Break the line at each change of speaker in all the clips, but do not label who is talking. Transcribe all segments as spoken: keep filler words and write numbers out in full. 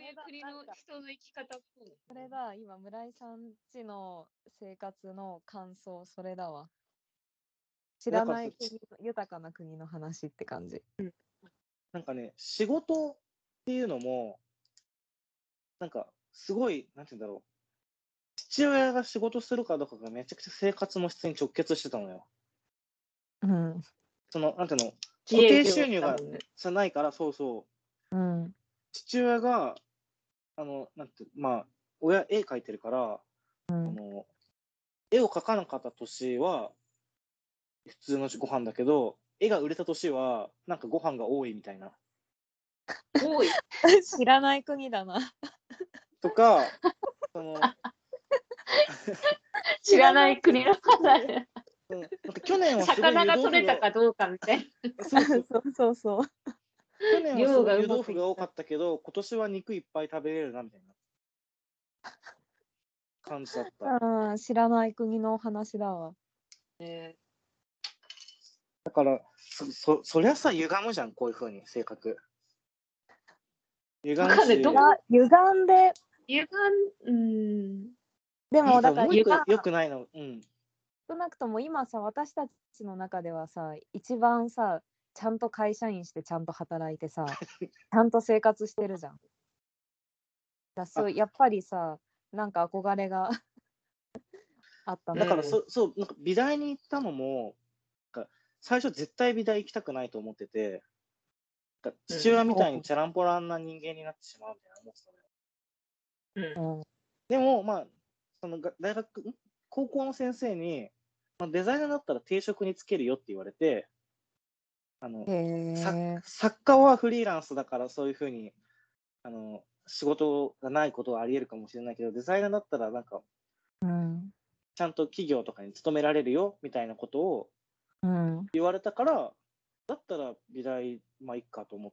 ね、国の人の生き方っぽい。
それだ、今、村井さんちの生活の感想、それだわ。知らない国、豊かな国の話って感じ。
なんかね、仕事っていうのも、なんか、すごい、なんて言うんだろう。父親が仕事するかどうかがめちゃくちゃ生活の質に直結してたのよ。
うん。
その、なんていうの、
自営業
固定収入が
だもんね
さないから、そうそう。
うん。
父親が、あの、なんて、まあ、親、絵描いてるから、
うん
あの、絵を描かなかった年は、普通のご飯だけど、絵が売れた年は、なんかご飯が多いみたいな。
多い。
知らない国だな。
とか、その、
知らない国の話。
うん、なんか去年はすごい
魚が
湯豆腐が
取れたかどうかみたいな。
そうそう
そうそうそう。
去年はすごい湯
量がうまくいった
豆腐が多かったけど、今年は肉いっぱい食べれるなみたいな感じだった。
うん、知らない国の話だわ。
え
だからそそそりゃさ歪むじゃん、こういう風に性格。歪むし、
わかんないどこ
あ歪んで、
ー、歪ん、うん。
でもだから
もう一個
今、
良くないの、うん。
少なくとも今さ、私たちの中ではさ、一番さ、ちゃんと会社員してちゃんと働いてさ、ちゃんと生活してるじゃん。だそうやっぱりさ、なんか憧れがあったの。
だから
うん
そそうなんか美大に行ったのも、なんか最初絶対美大行きたくないと思ってて、なんか父親みたいにチャランポランな人間になってしまうみたいな思ってたのよ。
うん
うん
でもまあそのが大学ん高校の先生に、まあ、デザイナーだったら定職につけるよって言われて、あのさ
へ
作家はフリーランスだからそういうふうにあの仕事がないことはありえるかもしれないけど、デザイナーだったらなんか
ーうん
ちゃんと企業とかに勤められるよみたいなことを
うん
言われたから、だったら美大まあいっかと思って、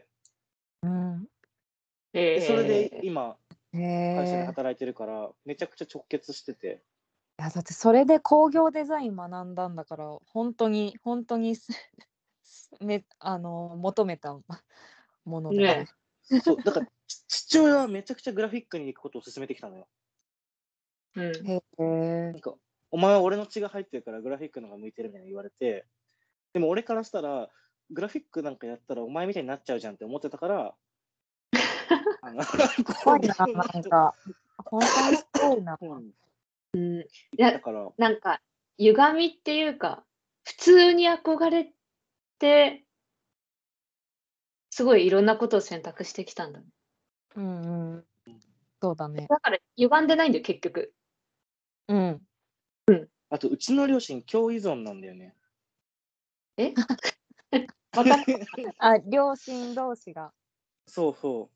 うん
でそれで
え
今
へ
会社で
え。
働いてるからめちゃくちゃ直結してて、
いやだってそれで工業デザイン学んだんだから本当に本当にすめあの求めたものだよね。
ね
そうだからち父親はめちゃくちゃグラフィックに行くことを勧めてきたのよ。
うん。
へえ
なん。かお前は俺の血が入ってるからグラフィックの方が向いてるみたいな言われて、でも俺からしたらグラフィックなんかやったらお前みたいになっちゃうじゃんって思ってたからあの
すごいな、なんか本当にすごいな。
うん
うん、いや
だから
なんか歪みっていうか普通に憧れてすごいいろんなことを選択してきたんだね。
うんうん。そうだね。
だから歪んでないんだよ結局。
うん。
あとうちの両親共依存なんだよね。
えまた
あ、両親同士が。
そうそう。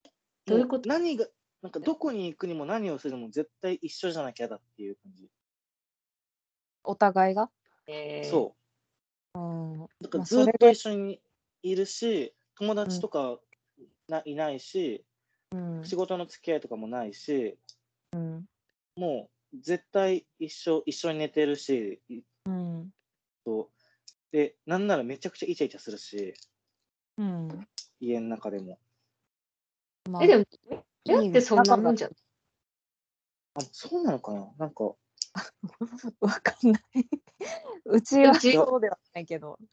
どういうこと？
も何がなんかどこに行くにも何をするにも絶対一緒じゃなきゃだっていう感じ。
お互いが。
えー、
そう。
うん。
だから
まあ、
ずっと
それで。
一緒にいるし、友達とかないないし、
うん。
仕事の付き合いとかもないし、
うん。
もう絶対一緒一緒に寝てるし、い
うん。
とでなんならめちゃくちゃイチャイチャするし、
うん。
家の中でも。
まあ、
えでも親
いい
ってそんなもんじゃん。
あ、そうなのかな。なんか
わかんない。うちは
うち
そうではないけど。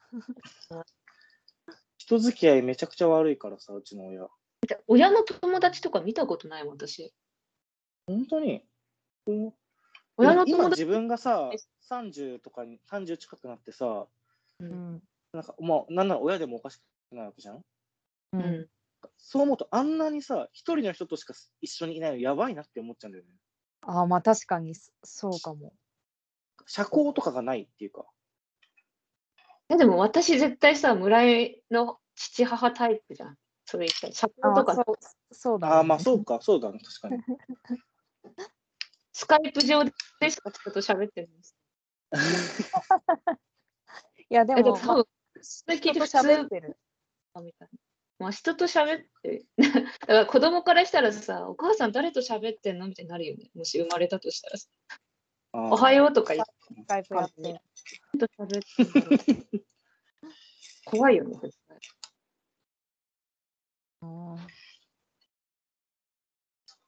人付き合いめちゃくちゃ悪いからさ、うちの親。
親の友達とか見たことないもん私。
本当に。
親の
今
友達
自分がさ、さんじゅうとかにさんじゅう近くなってさ、
う
うんん。
なんかまあなんなら親でもおかしくないわけじゃん。
う。
うんん
そう思うとあんなにさ一人の人としか一緒にいないのやばいなって思っちゃうんだよね。
あ、まあ確かにそうかも。
社交とかがないっていうか。
えでも私絶対さ村井の父母タイプじゃん。それ言ったら社交とか
あ、そうそうだね。
ああまあそうか、そうだね、確かに。
スカイプ上でしか人と喋ってるんです。
いやでも、
えでも多分、
まあ、
それ聞いて
人と
普通
喋ってる。
みたいな。まあ、人と喋ってだから子供からしたらさ、お母さん誰と喋ってんのみたいになるよね。もし生まれたとしたらさ。おはようとか言って
スカイプやって。
誰と喋ってんだろう。怖いよね、絶対。
うん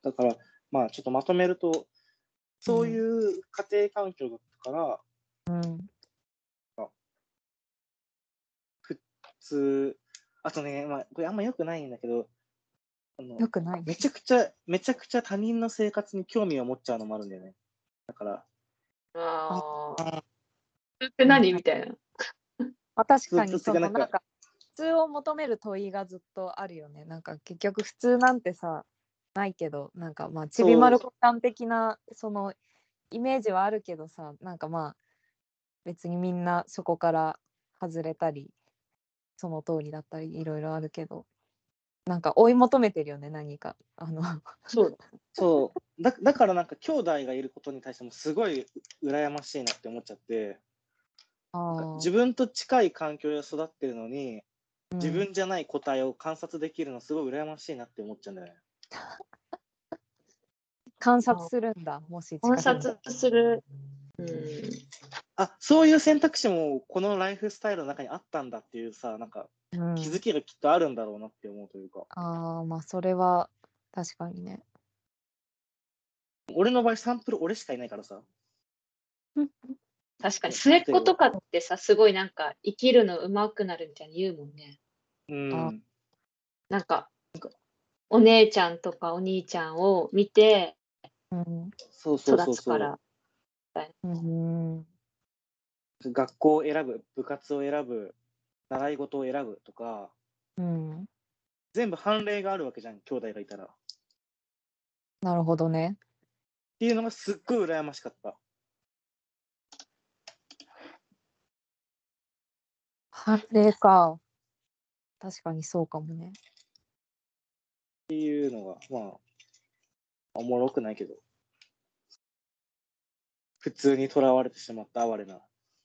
だから、まあ、ちょっとまとめると、そういう家庭環境だったから、
うん。
普通、あとね、まあ、これあんま良くないんだけど、あの
よくない。
めちゃくちゃ、めちゃくちゃ他人の生活に興味を持っちゃうのもあるんだよね。だから、
ああ。それって何みたいな。
まあ、確か
そう
に
つかなんか
そのなんか普通を求める問いがずっとあるよね。なんか結局普通なんてさないけど、なんかまあちびまる子ちゃん的なそのイメージはあるけどさ、なんかまあ別にみんなそこから外れたりその通りだったりいろいろあるけど、なんか追い求めてるよね、何か。あの
そうだ。
そうだ、だからなんか兄弟がいることに対してもすごい羨ましいなって思っちゃって、なんか
あ
自分と近い環境で育ってるのに、
ー、
自
うん、
分じゃない個体を観察できるのすごい羨ましいなって思っちゃうんだよね。
観察するんだ、もし
観
近くに。
察する。うん。
あ、そういう選択肢もこのライフスタイルの中にあったんだっていうさ、なんか
うん、
気づきがきっとあるんだろうなって思うというか、
ああ、まあそれは確かにね。
俺の場合サンプル俺しかいないからさ。
確かに末っ子とかってさ、すごいなんか生きるの上手くなるみたいに言うもんね。
うん。
なんかお姉ちゃんとかお兄ちゃんを見て
うん、
そうそうそうそう。
育つから。
うん
学校を選ぶ、部活を選ぶ、習い事を選ぶとか、
うん
全部判例があるわけじゃん、兄弟がいたら。っ
なるほどね。
ていうのがすっごい羨ましかった。
判例か。確かにそうかもね。
っていうのが、まあ、おもろくないけど、普通にとらわれてしまった哀れな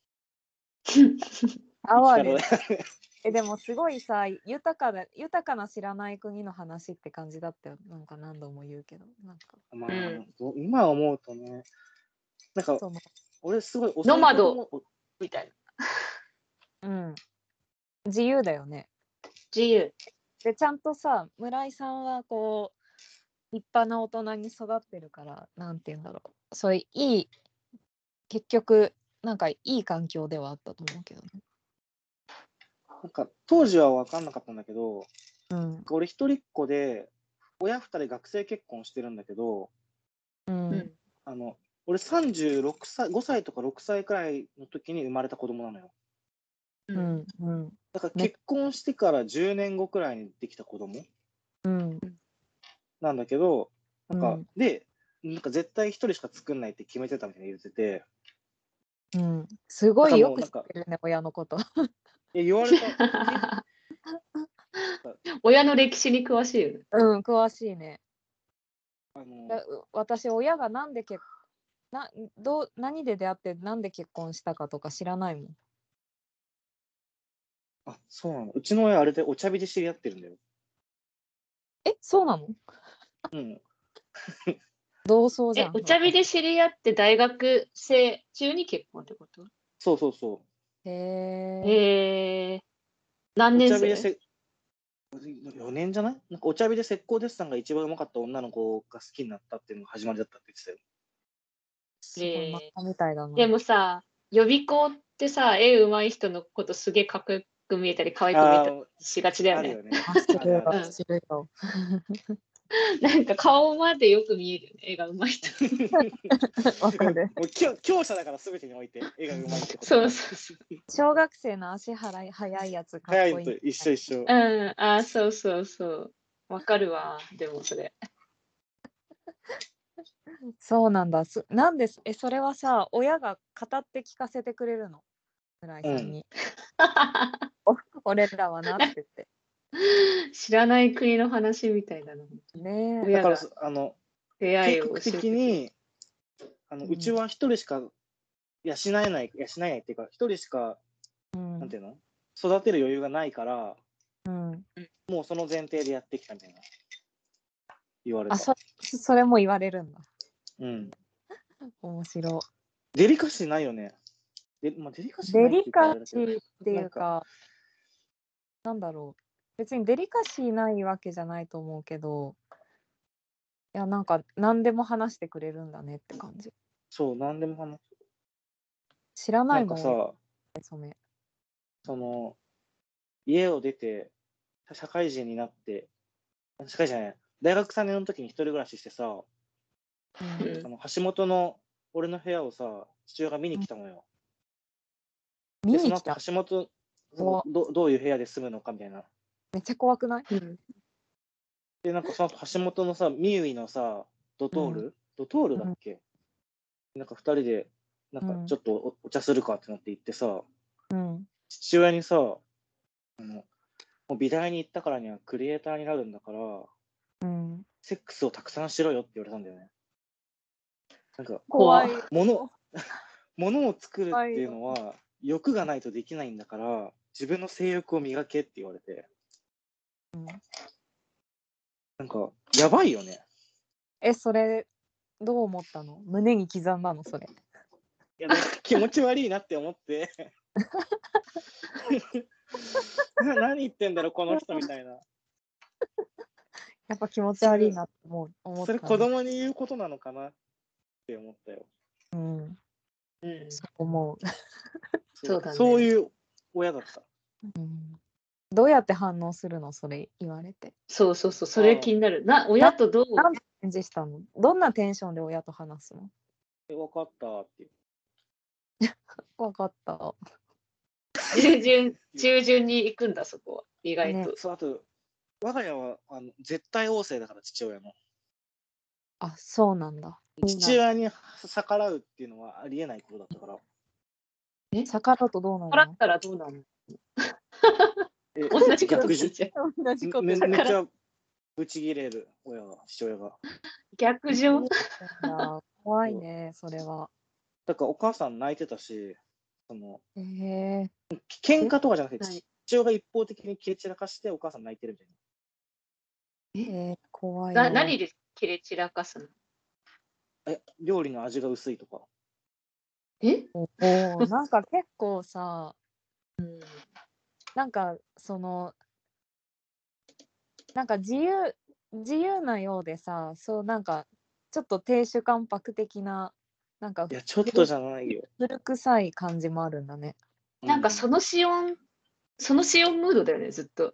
哀れ
生き方だよね。
えでもすごいさ、豊かな豊かな知らない国の話って感じだったよ。なんか何度も言うけど、なんか
まあ、
うん
ど今思うとね、なんか、
その
俺すごい遅
ノマ
い子供
ドみたいな。
うん自由だよね。
自由。
でちゃんとさ、村井さんはこう立派な大人に育ってるから、なんて言うんだろう。そういういい結局なんかいい環境ではあったと思うけどね。
なんか当時は分かんなかったんだけど、
うん
俺一人っ子で、親二人学生結婚してるんだけど、
う
うんん。
あの俺さんじゅうろくさい、ごさいとかろくさいくらいの時に生まれた子供なのよ。
う。
うんんうん
だから結婚してからじゅうねんごくらいにできた子供
うん
なんだけど、なんか、
うん
で、なんか絶対一人しか作んないって決めてたみたいに言ってて、
うんすごいよく知ってるね、親のこと。
え言われた。
親の歴史に詳しいよね。
うん、詳しいね。
あの
だ私、親がなんで結などう何で出会ってなんで結婚したかとか知らないもん。
あ、そうなの。うちの親あれでお茶火で知り合ってるんだよ。
え、そうなの？
うん。
同窓じゃ
え、
ん。
お茶火で知り合って大学生中に結婚ってこと？
そうそうそ
へえ。
へえ。何
う。お
年生？
茶火でせよねんじゃない？なんかお茶火で石膏デッサンが一番うまかった女の子が好きになったっていうのが始まりだったって言ってたよ。
すごい漫画みたいだな。
でもさ、予備校ってさ、絵うまい人のことすげえかっこよく見えたり可愛く見えたりしがちだよね。
あるよね。
あ、するよ、
あるある。
するよ。
なんか顔までよく見えるよね、絵がうまい人。
わかる。
もう強強者だから全てにおいて絵がうまいってこと。
そうそうそう。
小学生の足払い速いやつかっこいい。
早いのと一緒一緒。
うん、あ、そうそうそう。わかるわ、でもそれ。
そうなんだ。すなんです。え、それはさ、親が語って聞かせてくれるの？村井さんに。お俺らはなって言って。
知らない国の話みたいだな。
ねえ。
だから
親が
あの
出会い
計画
を教えて
的にあの、
うん
うちは一人しか養えない養えないっていうか一人しか、
うん
なんていうの育てる余裕がないから、
うん
もうその前提でやってきたみたいな言われた。
あ、そそれも言われるんだ。
うん。
面白
デリカシーないよね。でまあ、デリカ
い。
シーないっていうか
デリカ
あれだけど
シーっていうか、なんだろう。別にデリカシーないわけじゃないと思うけど、 や、なんか何でも話してくれるんだねって感じ。
そう、なんでも話す。
知らな
ないん
もん、
かさ、
染め。
その、家を出て、社会人になって、社会人じゃない、大学さんねんの時に一人暮らししてさ、
うん
うん
あの橋本の俺の部屋をさ、父親が見に来たのよ。で、その後
見に来た。
橋本、その
怖っ
どどういう部屋で住むのかみたいな。
めっちゃ怖くない？
うん
で、なんかその後橋本のさ、ミウイのさ、ドトール、ドトールだっけ、なんか二人で、なんかちょっとおお茶するかってなって行ってさ、
うん。
父親にさ、あの、もう美大に行ったからにはクリエイターになるんだから、
うん。
セックスをたくさんしろよって言われたんだよね。なんか、
怖い。
物、物を作るっていうのは、欲がないとできないんだから、自分の性欲を磨けって言われて、
うん
なんか、やばいよね。
え、それ、どう思ったの？胸に刻んだの、それ。
いや、なんか気持ち悪いなって思って、な何言ってんだろう、この人みたいな。
やっぱ気持ち悪いなって思う思ったね。
それ子供に言うことなのかなって思ったよ。
うん。
うん
そう思う。
そうだね
そういう親だった。
うん。どうやって反応するの？それ言われて。
そうそうそう、それ気になる。な、親とどう
なんで返事したの？どんなテンションで親と話すの？
え、分かったっていう。
わかった。
従順、従順に行くんだ、そこは。意外
ね
と。
そう、あと、我が家はあの絶対王政だから、父親の。
あ、そうなんだ。
父親に逆らうっていうのはありえないことだったから。
え
逆らうとどうなるの？
逆らったらどうなる
え
同じこと
逆じ
聞いちゃう。
同じこと
め
言う
めっちゃブチギレる親が、父親が。
逆上
だ。怖いね、それは。
だからお母さん泣いてたし、その
へえ。
喧嘩とかじゃなくて、
はい
父親が一方的に切れ散らかしてお母さん泣いてるみたいな。
えー、怖い
な
な。
何で切れ散らかすの
え、料理の味が薄いとか。
え
おお、なんか結構さ、
うん
なんかその、なんか自由、自由なようでさ、そうなんかちょっと亭主関白的な、なんか
いや、ちょっとじゃないよ。
古臭い感じもあるんだね。
なんかそのシオン、そのシオンムードだよね、ずっと。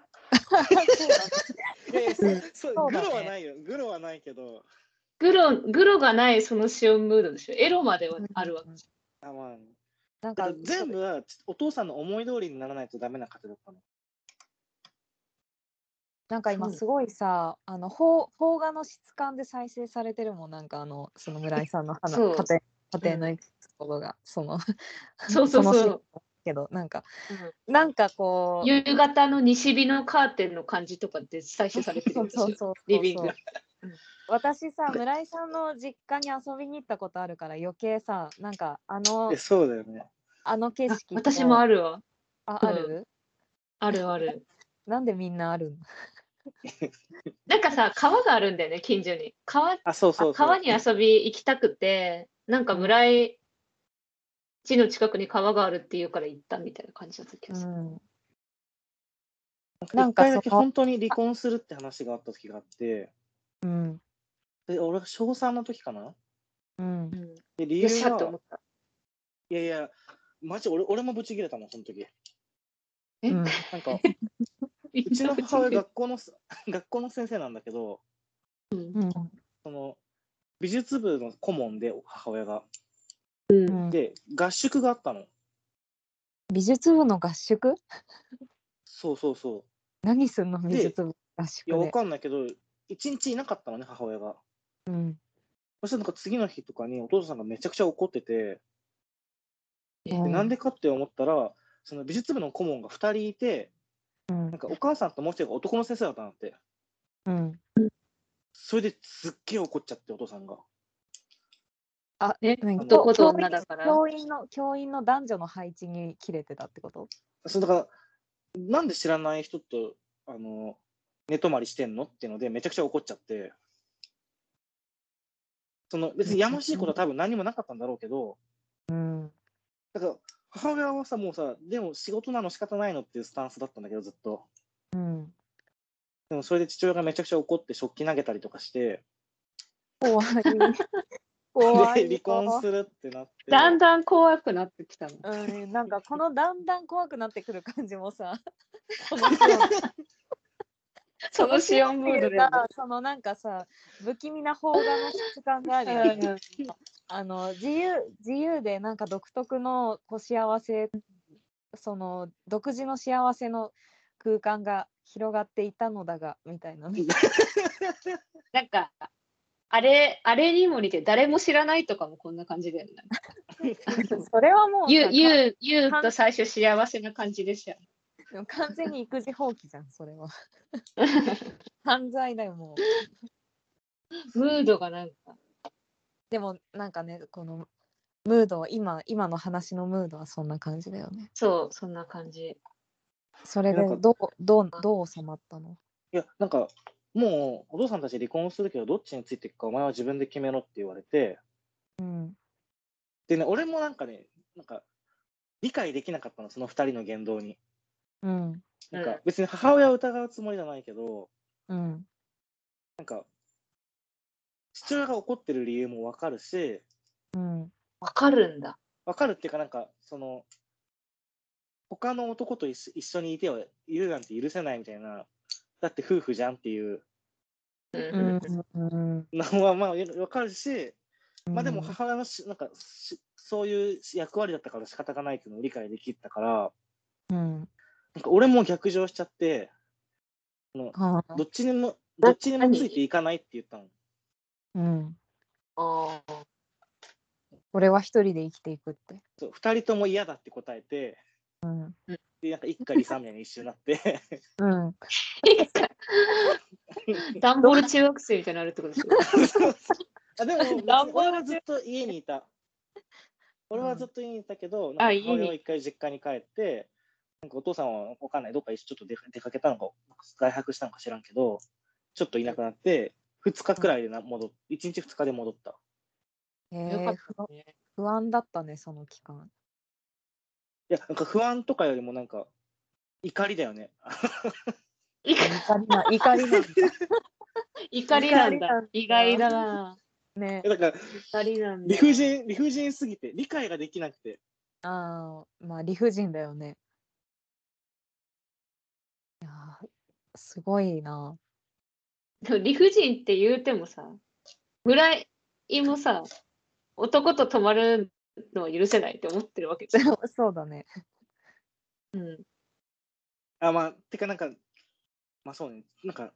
いやいや、そ
うん
そう
そうだね
グロはないよ。グロはないけど、
グロ、グロがないそのシオンムードでしょ。エロまではあるわけ。
あ、まあ、
なんか
だから全部はお父さんの思い通りにならないとダメな家庭だったの。
なんか今
そう
すごいさ、あの邦邦画の質感で再生されてるもん、なんかあのその村井さんの話
そう
家庭家庭のエピソードが、その
そうそう
のシーン
そう。
だけど、なんか
うん
なんかこう、
夕方の西日のカーテンの感じとかで再生されてるよ
そうそうそうそう
リビング。
私さ、村井さんの実家に遊びに行ったことあるから余計さ、なんかあの
え、そうだよね。
あの景
あ
色と
私もあるわ。
あ
うん
ある、
あるある。
なんでみんなあるの？
なんかさ、川があるんだよね、近所に。川、
あ、そうそうそう。
川に遊び行きたくて、なんか村井地の近くに川があるっていうから行ったみたいな感じだった気
う
がする。
ん、
な
なんんか
か一回だけ本当に離婚するって話があった時があって、
うん
で俺が小さんの時かな。
うん
うん、
で、理
よっ
由が
しゃって思っ、た。
いやいや、マジ俺俺もブチギレたもん、その時。
え、
うん
なんか、うちの母親学校の学校の先生なんだけど、
うん
うん
その美術部の顧問で母親が。
うん
で、合宿があったの。
美術部の合宿？
そうそうそう。
何すんの美
で、
術部合
いや、わ
宿で。
かんないけど、一日いなかったのね、母親が。
うん
そしたらなんか次の日とかにお父さんがめちゃくちゃ怒ってて、
え
でなんでかって思ったら、その美術部の顧問がふたりいて、
うん
なんかお母さんともう一人が男の先生だったんだって。
うん
それですっげえ怒っちゃって、お父さんが。
あ、
え
何
男と
教
女だから
教員の教員の男女の配置に切れてたってこと？
そうだから、なんで知らない人とあの寝泊まりしてんのっていうので、めちゃくちゃ怒っちゃって、その別にやましいことは多分何もなかったんだろうけど、
うん
だから母親はさ、もうさ、でも仕事なの仕方ないのっていうスタンスだったんだけど、ずっと。
うん
でもそれで父親がめちゃくちゃ怒って食器投げたりとかして、
怖い。怖
で、
い
離婚
よ。
するってなって。
だんだん怖くなってきたの。
うん、なんかこのだんだん怖くなってくる感じもさ、このシオン、
そのシオンムードで。
がそのなんかさ、不気味な邦画の質感があるよね。あの自由自由でなんか独特のこう幸せ、その独自の幸せの空間が広がっていたのだがみたいなね。
なんか、あれ、あれにも似て、誰も知らないとかもこんな感じだよね。
それはもうさ、
ゆう、ゆう、ゆう
かん
と最初幸せな感じでしたよ。
でも完全に育児放棄じゃん、それは。犯罪だよ、もう。
ムードがなんか。
でもなんかね、このムードは今、今の話のムードはそんな感じだよね。
そう、そんな感じ。
それで
なんか
どう、どう、どう収まったの？
いや、なんか、もうお父さんたち離婚するけど、どっちについていくかお前は自分で決めろって言われて、
うん。
でね、俺もなんかね、なんか、理解できなかったの、その二人の言動に。
うん。
なんか、別に母親を疑うつもりじゃないけど、
うん。
なんか、父親が怒ってる理由もわかるし、
うん。
わかるんだ。
わかるっていうか、なんか、その、他の男と一緒一緒にいてはいるなんて許せないみたいな、だって夫婦じゃんっていう
う
うんん。
のはまあわかるし、まあでも
うん
母親のしなんかしそういう役割だったから仕方がないっていうのを理解できたから、
うん。
なんか俺も逆上しちゃって、その
はあ。
どっちにもどっちにもついていかないって言ったの。
うん。
ああ。
俺は一人で生きていくって。
そう、二人とも嫌だって答えて、
うん。
でなんか一家離散みたいに一緒になって、
うん。
ダンボール中学生みたいになるってことでしょ。
あでも別に
乱暴
俺はずっと家にいた。俺はずっと家にいたけど、なんか母親は一回実家に帰って、なんかお父さんはわかんない、どっかちょっと出出かけたのか、外泊したのか知らんけど、ちょっといなくなって、ふつかくらいでな戻っいちにちふつかで戻った。
え
よかっ
ー、不安
たね。
不安だったね、その期間。
いや、なんか不安とかよりもなんか、怒りだよね。
怒りな、怒りなんだ。
怒りなんだ。
怒りなんだ
意外だな。
ね。
だから、
怒りなんだ。
理不尽、理不尽すぎて、理解ができなくて。
ああ、まあ理不尽だよね。いやー、すごいな。
でも理不尽って言うてもさ、村井もさ、男と泊まるのは許せないって思ってるわけじゃん。
そうだね。
うん。
あ、まあ、てかなんか、まあそうね、なんか、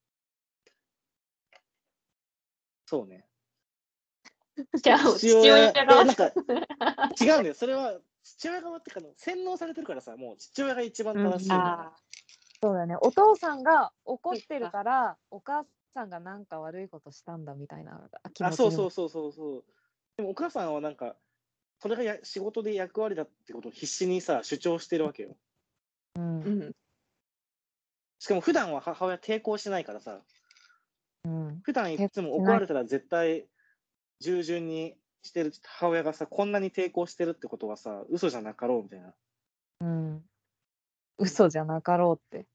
そうね。
じゃあ、父親
え
が
なんか、違うんだよ。それは、父親側ってかの、洗脳されてるからさ、もう父親が一番正しいのよ。
あ
そうだね。お父さんが怒ってるから、お母さんがなんか悪いことしたんだみたいな気持
あ、
ちにも。
そうそうそうそうそう。でもお母さんはなんか、それがや仕事で役割だってことを必死にさ、主張してるわけよ。
う。
あ、うんん。
しかも普段は母親抵抗しないからさ、
うん。
普段いつも怒られたら絶対従順にしてる母親がさ、こんなに抵抗してるってことはさ、嘘じゃなかろうみたいな。っ
うん。嘘じゃなかろうって。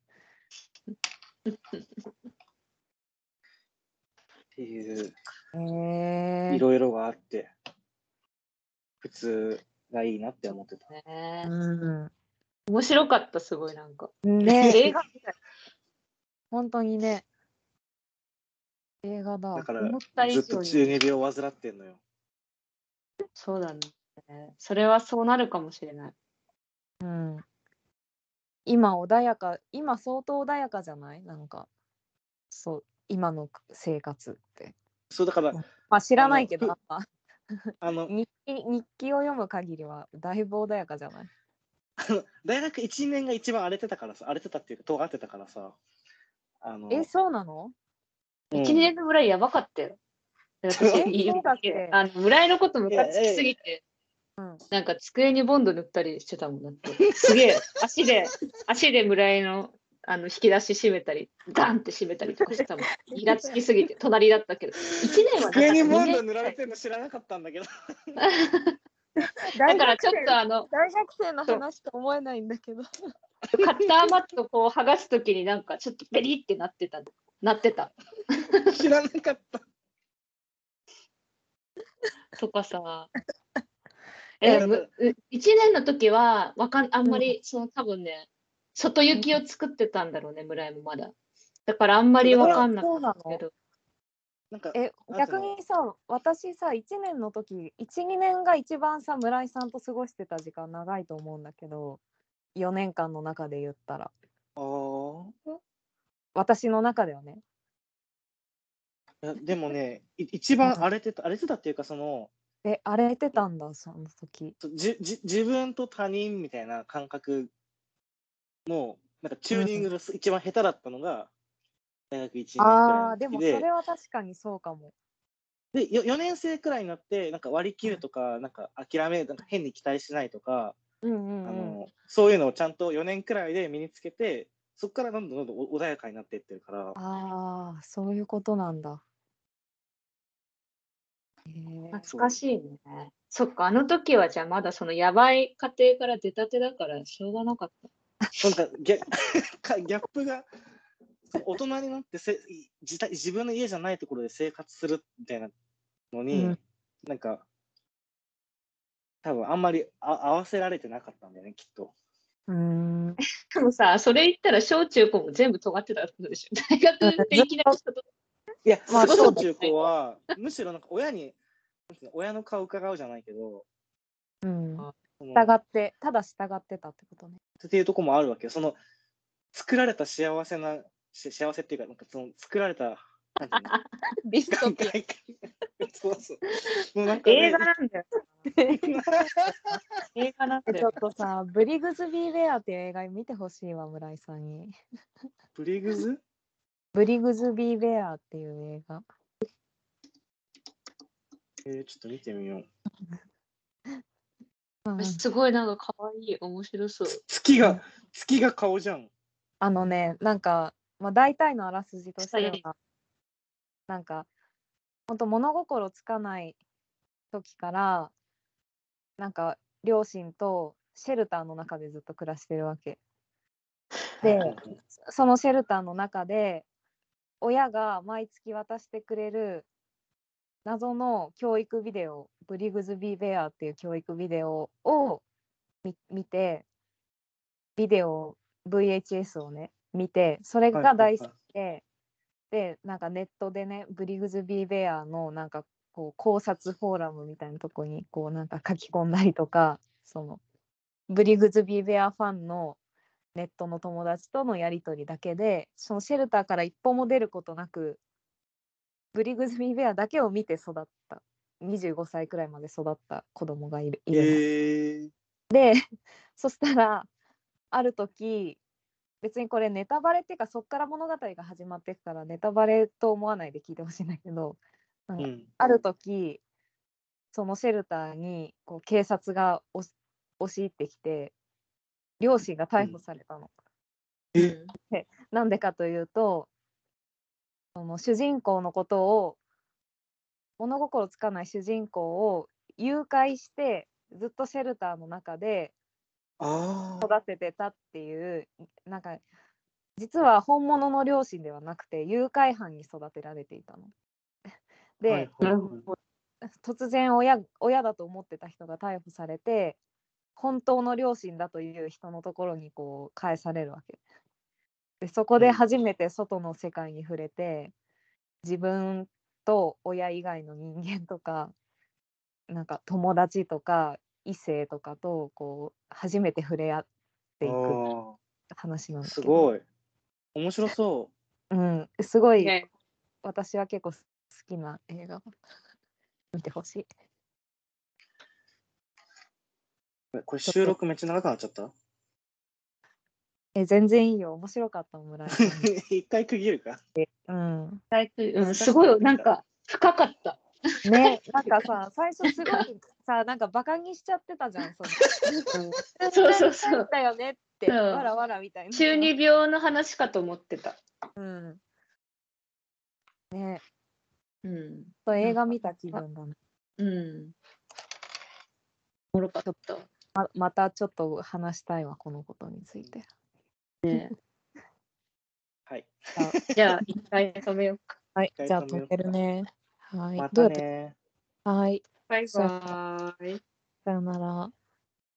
ていう、
えー。
いろいろがあって、普通がいいなって思ってた。
ね、
う
面白かった、すごいなんか。
ん。ね
映画みたい。
本当にね。映画だ。
だから
思った以
ずっと
上に。
中二病を患ってんのよ。
そうだね。それはそうなるかもしれない。
うん。今穏やか、今相当穏やかじゃない？なんか、そう、今の生活って。
そうだから、
まあ知らないけど、
あの
あんま
あの、
日記日記を読む限りはだいぶ穏やかじゃない？
あの大学いちねんが一番荒れてたからさ、荒れてたっていうか、尖ってたからさ、あの、
え、そうなの？
うん
一年の村井やばかったよ。私
え
言
そうだっけ？
あの村井のことムカつきすぎて、
うん
なんか机にボンド塗ったりしてたもんだって。すげえ、足で、足で村井のあの引き出し閉めたり、ガンって閉めたりとかしてたもん。イラつきすぎて、隣だったけど。一年はなかった
机にボン
にねん
ド塗られてるの知らなかったんだけど。
だからちょっとあの、
大学生の話と思えないんだけど。
カッターマットこう剥がすときになんかちょっとペリってなってた。なってた。
知らなかった。
とかさ。
え
え、むういちねんの時はわかんあんまり、その多分ね、外行きを作ってたんだろうね、村井もまだ。だからあんまりわかんなか
そうなの
ったけど。
なんか、
え、
なんていうの
逆にさ、私さ、いちねんの時、いち、にねんが一番さ、村井さんと過ごしてた時間長いと思うんだけど、よねんかんの中で言ったら、
あー
私の中ではね。
いやでもね、い一番荒れてた、荒れてたっていうか、その、
え、荒れてたんだ、その時。
じじ自分と他人みたいな感覚の、なんかチューニングがす一番下手だったのが、大学いちねんくらい
ああ、
の時
でもそれ
で、
は確かにそうかも。
で、よよねん生くらいになって、なんか割り切るとか、なんか諦め、なんか変に期待しないとか、
うんうんうん。
あの、そういうのをちゃんとよねんくらいで身につけて、そこからどんどんどんどんお穏やかになっていってるから、
ああ、そういうことなんだ。へえ。
懐かしいね。そっか、あの時はじゃあまだそのやばい家庭から出たてだからしょうがなかった。
なんかギャかギャップが、その大人になってせい自体自分の家じゃないところで生活するみたいなのに、
うん
なんか、多分あんまりあ合わせられてなかったんだよね、きっと。
うーん。
でもさ、それ言ったら小中高も全部尖ってたってことでしょ。大学でいきなり人と
いや、
まあ
小
そうだよ
中高は、むしろなんか親に、なんていうの親の顔伺うじゃないけど、
うん。
その
従って、ただ従ってたってことね。
っていうところもあるわけよ。その作られた幸せな、し幸せっていうか、なんかその作られた、なんていうの
ディストピア。
外界そうそう。の中で
映画なんだよ。映画なんだ
ちょっ
よ。
とさ、ブリグズビー・ベアっていう映画見てほしいわ、村井さんに。
ブリグズ
ブリグズビー・ベアっていう映画。
えー、ちょっと見てみよう。
うん、
すごいなんか可愛い、面白そう。
月が、月が顔じゃん。
あのね、なんか、まあ、大体のあらすじとして
草やり
は、なんか、ほんと物心つかない時から、なんか、両親とシェルターの中でずっと暮らしてるわけ。で、そのシェルターの中で、親が毎月渡してくれる謎の教育ビデオ、ブリグズビー・ベアっていう教育ビデオを見見て、ビデオ、ブイエイチエス をね、見て、それが大好きで、で、なんかネットでね、ブリグズビー・ベアのなんかこう考察フォーラムみたいなとこにこうなんか書き込んだりとか、そのブリグズビー・ベアファンのネットの友達とのやり取りだけで、そのシェルターから一歩も出ることなく、ブリグズビー・ベアだけを見て育った、にじゅうごさいくらいまで育った子供がいるいるの。
えー、
で、そしたら、ある時、別にこれネタバレっていうか、そっから物語が始まっていくから、ネタバレと思わないで聞いてほしいんだけど、なんか
うん。
ある時、そのシェルターにこう警察が押し押し入ってきて、両親が逮捕されたの。
え
うん
でなんでかというと、その主人公のことを、物心つかない主人公を誘拐して、ずっとシェルターの中で
ああ。
育ててたっていう、なんか、実は本物の両親ではなくて、誘拐犯に育てられていたの。で、
はいはいはい。
突然親、親だと思ってた人が逮捕されて、本当の両親だという人のところにこう返されるわけ。で、そこで初めて外の世界に触れて、自分と親以外の人間とか、なんか友達とか異性とかとこう初めて触れ合っていく
あ
話なん
あ、
だけど、
すごい。面白そ
うん、すごい
ね、
私は結構好きな映画。見てほしい。
う。これ収録めっちゃ長くなっちゃった
え、全然いいよ。面白かったもん、村井さん
一回区切るか。
で。うん。
うん、すごいなんか深かった。
ね、なんかさ、最初すごいさ、なんかバカにしちゃってたじゃん。その
そうそうそう。
だよねって、
そう
わらわらみたいな。
中二病の話かと思ってた。
うん。ね、
うん。
と映画見た気分だね。
うん。おもろかった。
ままたちょっと話したいわ、このことについて。
ね、
はい。
じゃあ、一回止めようか。
はい、
一回
じゃあ
止めよう
止めるね。はい。
また
どうやって
ね
はい。
バイ
さ
バーイ。
さよなら。